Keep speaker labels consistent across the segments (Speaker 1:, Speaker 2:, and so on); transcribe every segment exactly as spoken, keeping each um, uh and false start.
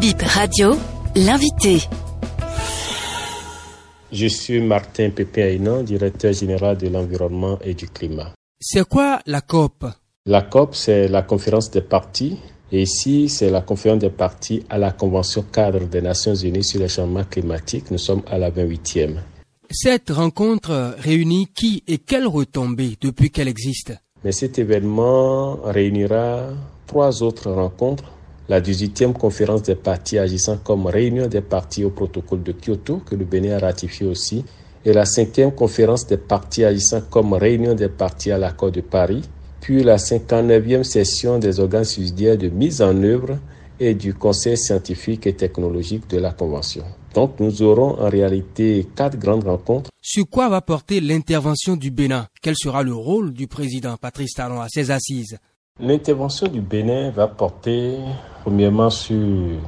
Speaker 1: Bip Radio, l'invité.
Speaker 2: Je suis Martin Pépin-Aynan, directeur général de l'environnement et du climat.
Speaker 3: C'est quoi la C O P?
Speaker 2: La C O P, c'est la conférence des parties. Et ici, c'est la conférence des parties à la Convention cadre des Nations Unies sur le changement climatique. Nous sommes à la vingt-huitième.
Speaker 3: Cette rencontre réunit qui et quelles retombées depuis qu'elle existe?
Speaker 2: Mais cet événement réunira trois autres rencontres. La dix-huitième conférence des parties agissant comme réunion des parties au protocole de Kyoto, que le Bénin a ratifié aussi. Et la cinquième conférence des parties agissant comme réunion des parties à l'accord de Paris. Puis la cinquante-neuvième session des organes subsidiaires de mise en œuvre et du Conseil scientifique et technologique de la Convention. Donc nous aurons en réalité quatre grandes rencontres.
Speaker 3: Sur quoi va porter l'intervention du Bénin? Quel sera le rôle du président Patrice Talon à ces assises?
Speaker 2: L'intervention du Bénin va porter premièrement sur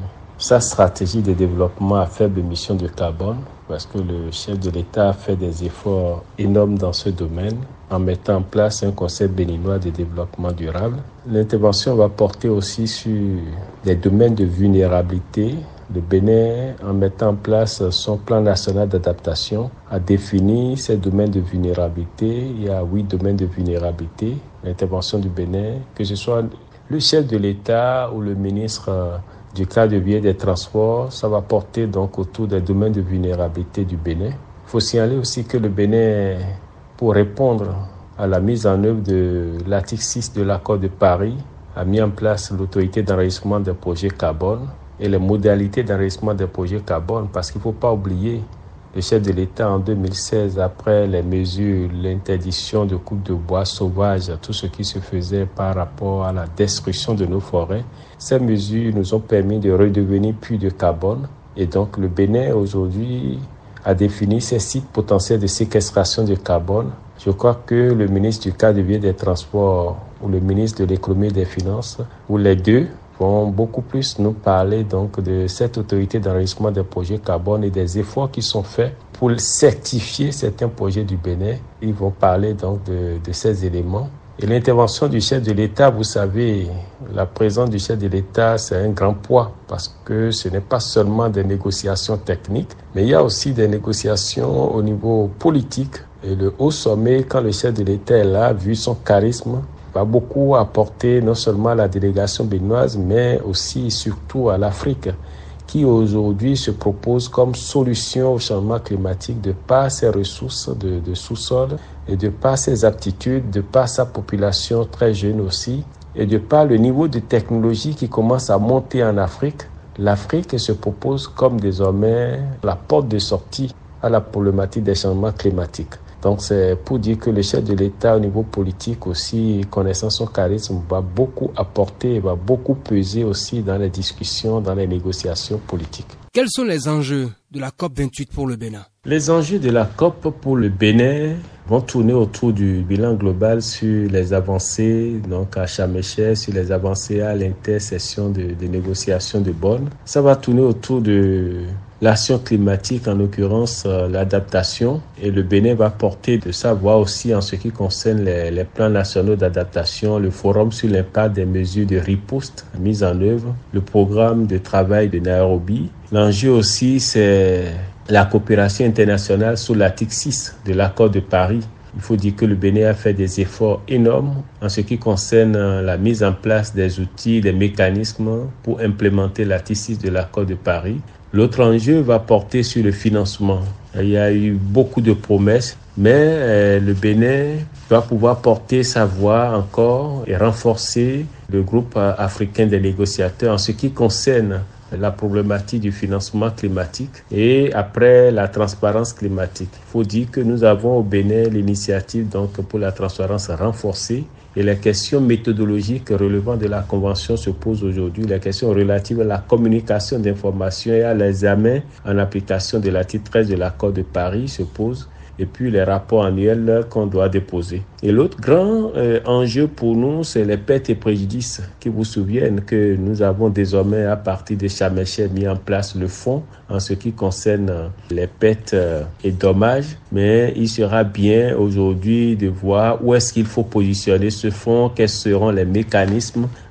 Speaker 2: sa stratégie de développement à faible émission de carbone, parce que le chef de l'État a fait des efforts énormes dans ce domaine en mettant en place un conseil béninois de développement durable. L'intervention va porter aussi sur les domaines de vulnérabilité. Le Bénin, en mettant en place son plan national d'adaptation, a défini ces domaines de vulnérabilité. Il y a huit domaines de vulnérabilité. L'intervention du Bénin, que ce soit le chef de l'État ou le ministre du cadre de vie et des transports, ça va porter donc autour des domaines de vulnérabilité du Bénin. Il faut signaler aussi que le Bénin, pour répondre à la mise en œuvre de l'article six de l'accord de Paris, a mis en place l'autorité d'enregistrement des projets carbone et les modalités d'enregistrement des projets carbone, parce qu'il ne faut pas oublier, le chef de l'État en deux mille seize, après les mesures, l'interdiction de coupe de bois sauvage, tout ce qui se faisait par rapport à la destruction de nos forêts, ces mesures nous ont permis de redevenir puits de carbone. Et donc le Bénin aujourd'hui a défini ces sites potentiels de séquestration de carbone. Je crois que le ministre du cadre de vie et des transports ou le ministre de l'économie et des finances, ou les deux, vont beaucoup plus nous parler donc de cette autorité d'enregistrement des projets carbone et des efforts qui sont faits pour certifier certains projets du Bénin. Ils vont parler donc de, de ces éléments. Et l'intervention du chef de l'État, vous savez, la présence du chef de l'État, c'est un grand poids parce que ce n'est pas seulement des négociations techniques, mais il y a aussi des négociations au niveau politique. Et le haut sommet, quand le chef de l'État est là, vu son charisme, va beaucoup apporter non seulement à la délégation béninoise, mais aussi et surtout à l'Afrique, qui aujourd'hui se propose comme solution au changement climatique de par ses ressources de, de sous-sol et de par ses aptitudes, de par sa population très jeune aussi, et de par le niveau de technologie qui commence à monter en Afrique. L'Afrique se propose comme désormais la porte de sortie à la problématique des changements climatiques. Donc c'est pour dire que le chef de l'État au niveau politique aussi, connaissant son charisme, va beaucoup apporter, va beaucoup peser aussi dans les discussions, dans les négociations politiques.
Speaker 3: Quels sont les enjeux de la C O P vingt-huit pour le Bénin?
Speaker 2: Les enjeux de la C O P pour le Bénin vont tourner autour du bilan global sur les avancées donc à Sharm el-Sheikh, sur les avancées à l'intersession de, de négociations de Bonn. Ça va tourner autour de l'action climatique, en l'occurrence euh, l'adaptation, et le Bénin va porter de sa voix aussi en ce qui concerne les, les plans nationaux d'adaptation, le forum sur l'impact des mesures de riposte mises en œuvre, le programme de travail de Nairobi. L'enjeu aussi, c'est la coopération internationale sous l'article six de l'accord de Paris. Il faut dire que le Bénin a fait des efforts énormes en ce qui concerne la mise en place des outils, des mécanismes pour implémenter l'article six de l'accord de Paris. L'autre enjeu va porter sur le financement. Il y a eu beaucoup de promesses, mais euh, le Bénin va pouvoir porter sa voix encore et renforcer le groupe africain des négociateurs en ce qui concerne la problématique du financement climatique et après la transparence climatique. Il faut dire que nous avons au Bénin l'initiative donc pour la transparence renforcée. Et les questions méthodologiques relevant de la Convention se posent aujourd'hui. Les questions relatives à la communication d'informations et à l'examen en application de l'article treize de l'accord de Paris se posent. Et puis les rapports annuels qu'on doit déposer. Et l'autre grand euh, enjeu pour nous, c'est les pertes et préjudices qui vous souviennent que nous avons désormais à partir de Sharm el-Sheikh mis en place le fonds en ce qui concerne les pertes euh, et dommages. Mais il sera bien aujourd'hui de voir où est-ce qu'il faut positionner ce fonds, quels seront les mécanismes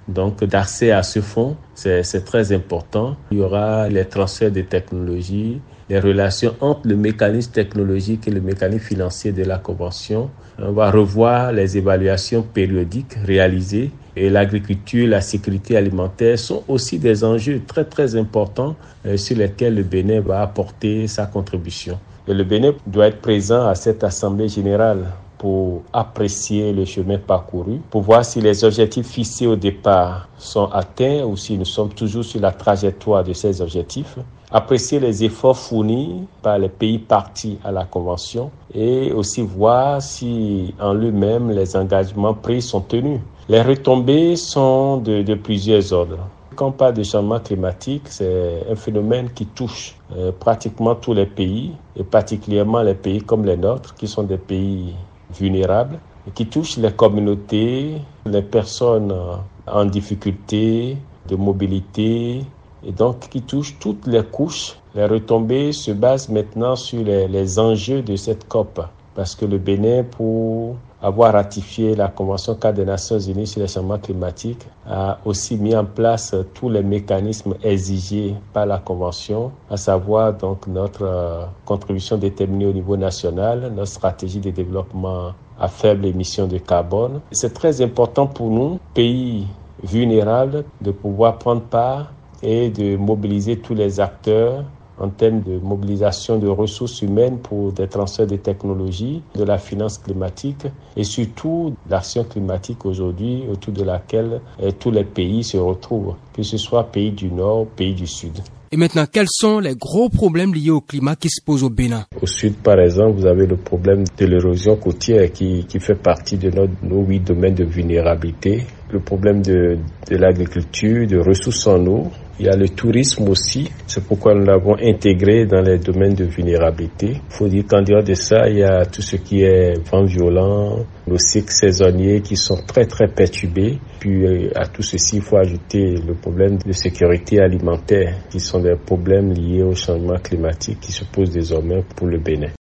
Speaker 2: donc d'accès à ce fonds, c'est, c'est très important. Il y aura les transferts de technologies, les relations entre le mécanisme technologique et le mécanisme financier de la Convention. On va revoir les évaluations périodiques réalisées et l'agriculture, la sécurité alimentaire sont aussi des enjeux très très importants euh, sur lesquels le Bénin va apporter sa contribution. Et le Bénin doit être présent à cette Assemblée générale pour apprécier le chemin parcouru, pour voir si les objectifs fixés au départ sont atteints ou si nous sommes toujours sur la trajectoire de ces objectifs, apprécier les efforts fournis par les pays partis à la Convention et aussi voir si en lui-même les engagements pris sont tenus. Les retombées sont de, de plusieurs ordres. Quand on parle de changement climatique, c'est un phénomène qui touche euh, pratiquement tous les pays et particulièrement les pays comme les nôtres qui sont des pays vulnérables, qui touchent les communautés, les personnes en difficulté de mobilité et donc qui touchent toutes les couches. Les retombées se basent maintenant sur les, les enjeux de cette C O P parce que le Bénin, pour avoir ratifié la Convention cadre des Nations Unies sur les changements climatiques, a aussi mis en place tous les mécanismes exigés par la Convention, à savoir donc notre euh, contribution déterminée au niveau national, notre stratégie de développement à faible émission de carbone. C'est très important pour nous, pays vulnérables, de pouvoir prendre part et de mobiliser tous les acteurs en termes de mobilisation de ressources humaines pour des transferts de technologies, de la finance climatique et surtout l'action climatique aujourd'hui autour de laquelle eh, tous les pays se retrouvent, que ce soit pays du Nord, pays du Sud.
Speaker 3: Et maintenant, quels sont les gros problèmes liés au climat qui se posent au Bénin?
Speaker 2: Au Sud, par exemple, vous avez le problème de l'érosion côtière qui, qui fait partie de notre, nos huit domaines de vulnérabilité. Le problème de, de l'agriculture, de ressources en eau. Il y a le tourisme aussi. C'est pourquoi nous l'avons intégré dans les domaines de vulnérabilité. Il faut dire qu'en dehors de ça, il y a tout ce qui est vent violent, nos cycles saisonniers qui sont très très perturbés. Puis à tout ceci, il faut ajouter le problème de sécurité alimentaire qui sont des problèmes liés au changement climatique qui se posent désormais pour le Bénin.